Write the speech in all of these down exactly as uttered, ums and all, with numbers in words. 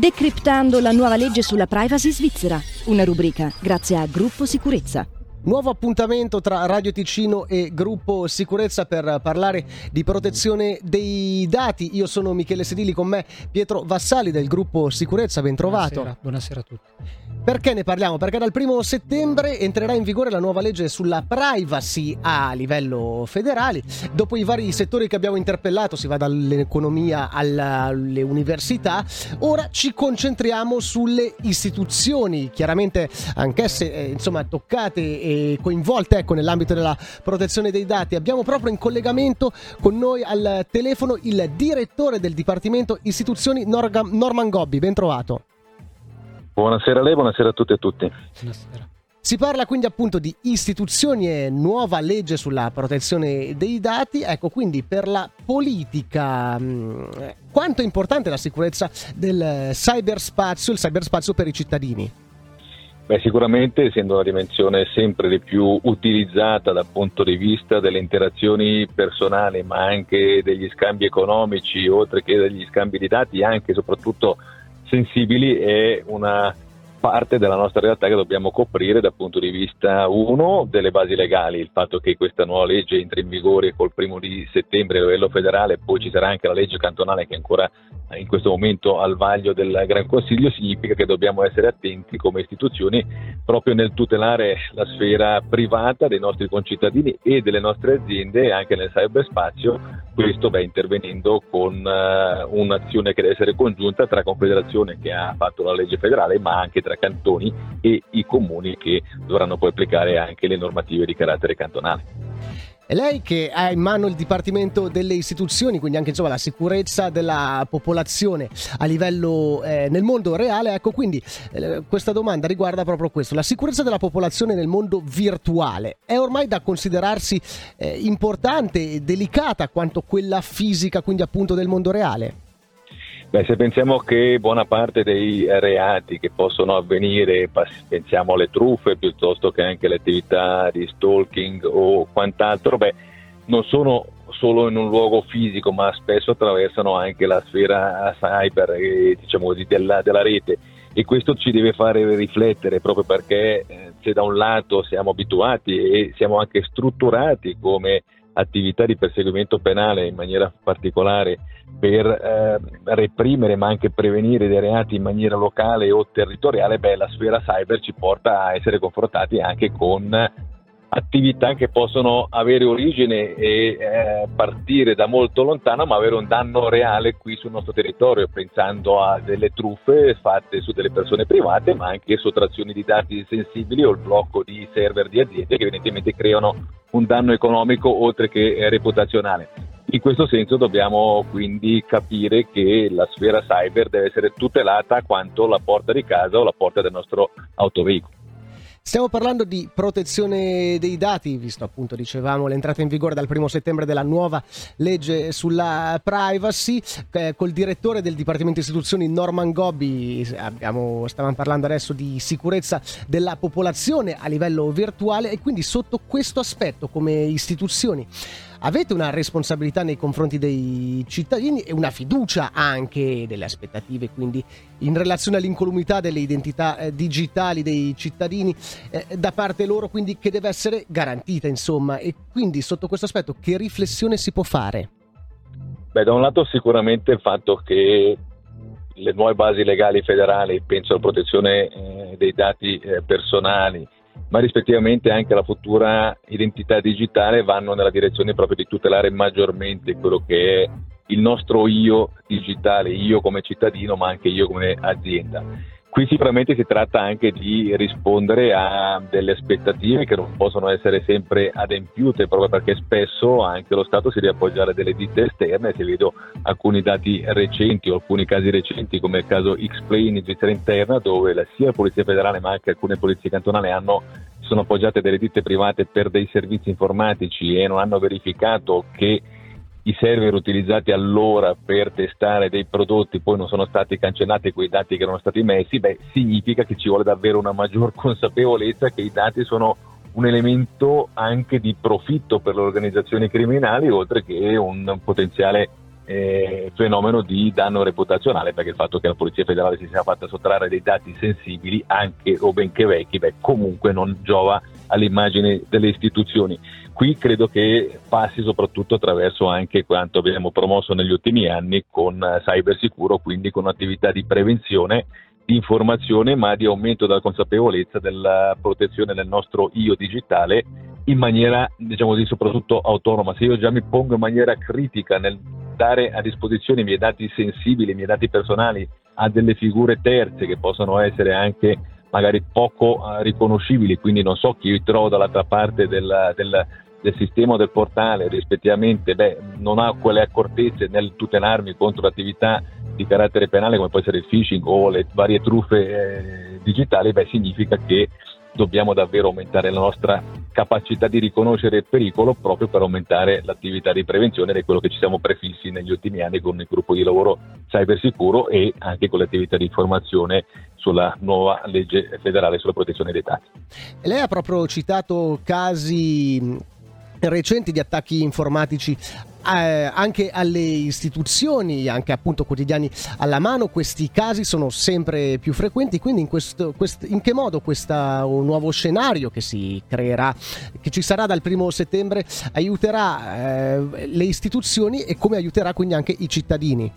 Decriptando la nuova legge sulla privacy svizzera, una rubrica grazie a Gruppo Sicurezza. Nuovo appuntamento tra Radio Ticino e Gruppo Sicurezza per parlare di protezione dei dati. Io sono Michele Sedili, con me Pietro Vassali del Gruppo Sicurezza, ben trovato. Buonasera, buonasera a tutti. Perché ne parliamo? Perché dal primo settembre entrerà in vigore la nuova legge sulla privacy a livello federale. Dopo i vari settori che abbiamo interpellato, si va dall'economia alle università, ora ci concentriamo sulle istituzioni, chiaramente anch'esse eh, insomma toccate e coinvolte ecco, nell'ambito della protezione dei dati. Abbiamo proprio in collegamento con noi al telefono il direttore del Dipartimento Istituzioni Norga- Norman Gobbi, ben trovato. Buonasera a lei, buonasera a tutte e tutti. Buonasera. Si parla quindi appunto di istituzioni e nuova legge sulla protezione dei dati. Ecco, quindi per la politica, mh, quanto è importante la sicurezza del cyberspazio, il cyberspazio per i cittadini? Beh, sicuramente, essendo una dimensione sempre di più utilizzata dal punto di vista delle interazioni personali, ma anche degli scambi economici, oltre che degli scambi di dati, anche e soprattutto sensibili, è una parte della nostra realtà che dobbiamo coprire dal punto di vista, uno, delle basi legali, il fatto che questa nuova legge entri in vigore col primo di settembre a livello federale, poi ci sarà anche la legge cantonale che è ancora in questo momento al vaglio del Gran Consiglio, significa che dobbiamo essere attenti come istituzioni proprio nel tutelare la sfera privata dei nostri concittadini e delle nostre aziende anche nel cyberspazio. Questo beh, intervenendo con uh, un'azione che deve essere congiunta tra Confederazione, che ha fatto la legge federale, ma anche tra cantoni e i comuni, che dovranno poi applicare anche le normative di carattere cantonale. E lei che ha in mano il Dipartimento delle Istituzioni, quindi anche insomma la sicurezza della popolazione a livello eh, nel mondo reale, ecco quindi eh, questa domanda riguarda proprio questo: la sicurezza della popolazione nel mondo virtuale è ormai da considerarsi eh, importante e delicata quanto quella fisica, quindi appunto del mondo reale? Beh, se pensiamo che buona parte dei reati che possono avvenire, pensiamo alle truffe piuttosto che anche alle attività di stalking o quant'altro, beh, non sono solo in un luogo fisico, ma spesso attraversano anche la sfera cyber, eh, diciamo così, della, della rete. E questo ci deve fare riflettere, proprio perché eh, se da un lato siamo abituati e siamo anche strutturati come attività di perseguimento penale in maniera particolare per eh, reprimere ma anche prevenire dei reati in maniera locale o territoriale, beh, la sfera cyber ci porta a essere confrontati anche con attività che possono avere origine e eh, partire da molto lontano, ma avere un danno reale qui sul nostro territorio, pensando a delle truffe fatte su delle persone private, ma anche sottrazioni di dati sensibili o il blocco di server di aziende che evidentemente creano un danno economico oltre che reputazionale. In questo senso dobbiamo quindi capire che la sfera cyber deve essere tutelata quanto la porta di casa o la porta del nostro autoveicolo. Stiamo parlando di protezione dei dati, visto appunto, dicevamo, l'entrata in vigore dal primo settembre della nuova legge sulla privacy. Eh, col direttore del Dipartimento Istituzioni Norman Gobbi abbiamo, stavamo parlando adesso di sicurezza della popolazione a livello virtuale, e quindi sotto questo aspetto come istituzioni avete una responsabilità nei confronti dei cittadini e una fiducia anche delle aspettative, quindi in relazione all'incolumità delle identità eh, digitali dei cittadini eh, da parte loro, quindi che deve essere garantita, insomma. E quindi sotto questo aspetto che riflessione si può fare? Beh, da un lato sicuramente il fatto che le nuove basi legali federali, penso alla protezione eh, dei dati eh, personali, ma rispettivamente anche la futura identità digitale, vanno nella direzione proprio di tutelare maggiormente quello che è il nostro io digitale, io come cittadino, ma anche io come azienda. Qui sicuramente si tratta anche di rispondere a delle aspettative che non possono essere sempre adempiute, proprio perché spesso anche lo Stato si deve appoggiare a delle ditte esterne. Se vedo alcuni dati recenti o alcuni casi recenti, come il caso X-Plane in Svizzera interna, dove la, sia la Polizia Federale ma anche alcune polizie cantonali hanno, sono appoggiate a delle ditte private per dei servizi informatici e non hanno verificato che i server utilizzati allora per testare dei prodotti poi non sono stati cancellati quei dati che erano stati messi, beh, significa che ci vuole davvero una maggior consapevolezza che i dati sono un elemento anche di profitto per le organizzazioni criminali, oltre che un potenziale eh, fenomeno di danno reputazionale, perché il fatto che la Polizia Federale si sia fatta sottrarre dei dati sensibili, anche o benché vecchi, beh, comunque non giova all'immagine delle istituzioni. Qui credo che passi soprattutto attraverso anche quanto abbiamo promosso negli ultimi anni con Cybersicuro, quindi con attività di prevenzione, di informazione, ma di aumento della consapevolezza della protezione del nostro io digitale in maniera, diciamo così, soprattutto autonoma. Se io già mi pongo in maniera critica nel dare a disposizione i miei dati sensibili, i miei dati personali a delle figure terze che possono essere anche magari poco uh, riconoscibili, quindi non so chi io trovo dall'altra parte del, del, del sistema o del portale, rispettivamente beh, non ha quelle accortezze nel tutelarmi contro attività di carattere penale come può essere il phishing o le varie truffe eh, digitali, beh, significa che dobbiamo davvero aumentare la nostra capacità di riconoscere il pericolo, proprio per aumentare l'attività di prevenzione, ed è quello che ci siamo prefissi negli ultimi anni con il gruppo di lavoro Cybersicuro e anche con le attività di informazione sulla nuova legge federale sulla protezione dei dati. Lei ha proprio citato casi recenti di attacchi informatici eh, anche alle istituzioni, anche appunto quotidiani alla mano. Questi casi sono sempre più frequenti, quindi in, questo, quest, in che modo questo nuovo scenario che si creerà, che ci sarà dal primo settembre, aiuterà eh, le istituzioni e come aiuterà quindi anche i cittadini?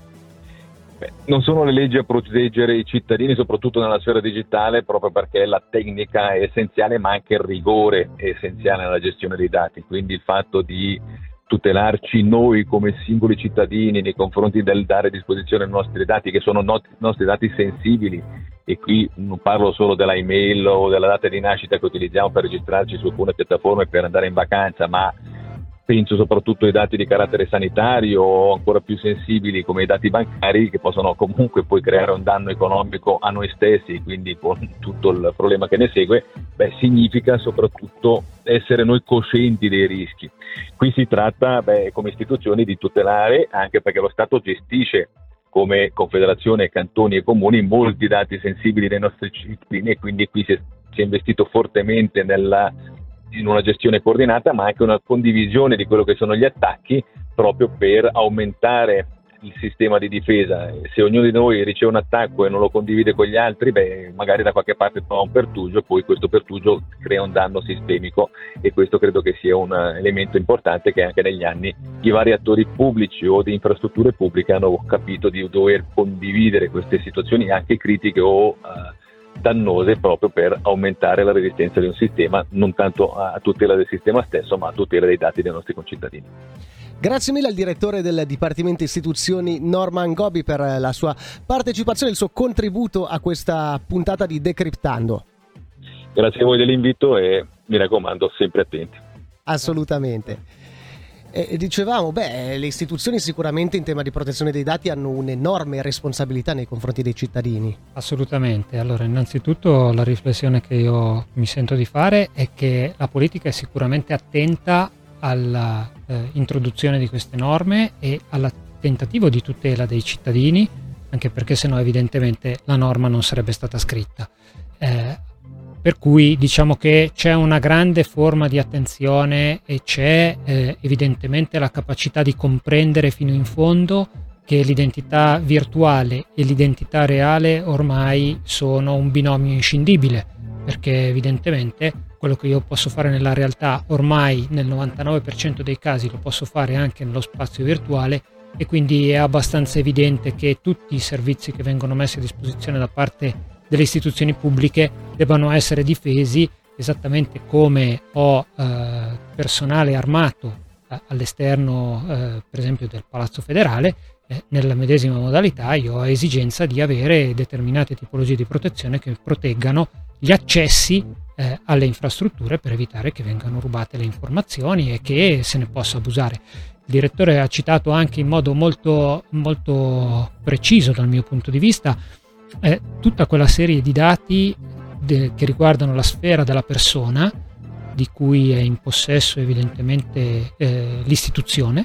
Beh, non sono le leggi a proteggere i cittadini, soprattutto nella sfera digitale, proprio perché la tecnica è essenziale, ma anche il rigore è essenziale nella gestione dei dati. Quindi il fatto di tutelarci noi come singoli cittadini nei confronti del dare a disposizione i nostri dati, che sono not- nostri dati sensibili, e qui non parlo solo della email o della data di nascita che utilizziamo per registrarci su alcune piattaforme per andare in vacanza, ma penso soprattutto ai dati di carattere sanitario o ancora più sensibili come i dati bancari, che possono comunque poi creare un danno economico a noi stessi, quindi con tutto il problema che ne segue. Beh, significa soprattutto essere noi coscienti dei rischi. Qui si tratta, beh, come istituzioni, di tutelare, anche perché lo Stato gestisce come Confederazione, cantoni e comuni molti dati sensibili dei nostri cittadini, e quindi qui si è, si è investito fortemente nella in una gestione coordinata, ma anche una condivisione di quello che sono gli attacchi, proprio per aumentare il sistema di difesa. Se ognuno di noi riceve un attacco e non lo condivide con gli altri, beh, magari da qualche parte trova un pertugio, e poi questo pertugio crea un danno sistemico, e questo credo che sia un elemento importante che anche negli anni i vari attori pubblici o di infrastrutture pubbliche hanno capito di dover condividere queste situazioni anche critiche o uh, dannose, proprio per aumentare la resistenza di un sistema, non tanto a tutela del sistema stesso, ma a tutela dei dati dei nostri concittadini. Grazie mille al direttore del Dipartimento Istituzioni Norman Gobbi per la sua partecipazione e il suo contributo a questa puntata di Decriptando. Grazie a voi dell'invito e mi raccomando, sempre attenti. Assolutamente. E dicevamo, beh, le istituzioni sicuramente in tema di protezione dei dati hanno un'enorme responsabilità nei confronti dei cittadini. Assolutamente. Allora, innanzitutto la riflessione che io mi sento di fare è che la politica è sicuramente attenta alla eh, introduzione di queste norme e al tentativo di tutela dei cittadini, anche perché sennò evidentemente la norma non sarebbe stata scritta. Eh, Per cui diciamo che c'è una grande forma di attenzione e c'è eh, evidentemente la capacità di comprendere fino in fondo che l'identità virtuale e l'identità reale ormai sono un binomio inscindibile, perché evidentemente quello che io posso fare nella realtà ormai nel novantanove per cento dei casi lo posso fare anche nello spazio virtuale, e quindi è abbastanza evidente che tutti i servizi che vengono messi a disposizione da parte delle istituzioni pubbliche debbano essere difesi, esattamente come ho eh, personale armato eh, all'esterno eh, per esempio del Palazzo Federale. Eh, nella medesima modalità io ho esigenza di avere determinate tipologie di protezione che proteggano gli accessi eh, alle infrastrutture, per evitare che vengano rubate le informazioni e che se ne possa abusare. Il direttore ha citato anche in modo molto, molto preciso dal mio punto di vista Eh, tutta quella serie di dati de- che riguardano la sfera della persona, di cui è in possesso evidentemente eh, l'istituzione,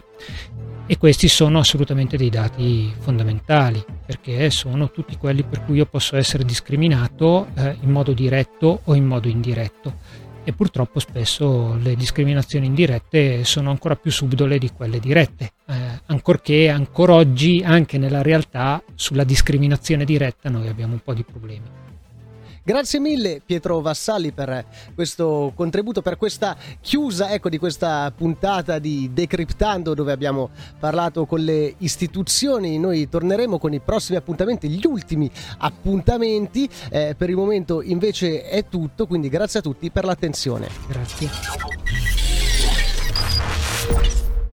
e questi sono assolutamente dei dati fondamentali, perché sono tutti quelli per cui io posso essere discriminato eh, in modo diretto o in modo indiretto. e purtroppo spesso le discriminazioni indirette sono ancora più subdole di quelle dirette, eh, ancorché ancora oggi anche nella realtà sulla discriminazione diretta noi abbiamo un po' di problemi. Grazie mille Pietro Vassalli per questo contributo, per questa chiusa, ecco, di questa puntata di Decriptando, dove abbiamo parlato con le istituzioni. Noi torneremo con i prossimi appuntamenti, gli ultimi appuntamenti. Eh, per il momento invece è tutto, quindi grazie a tutti per l'attenzione. Grazie.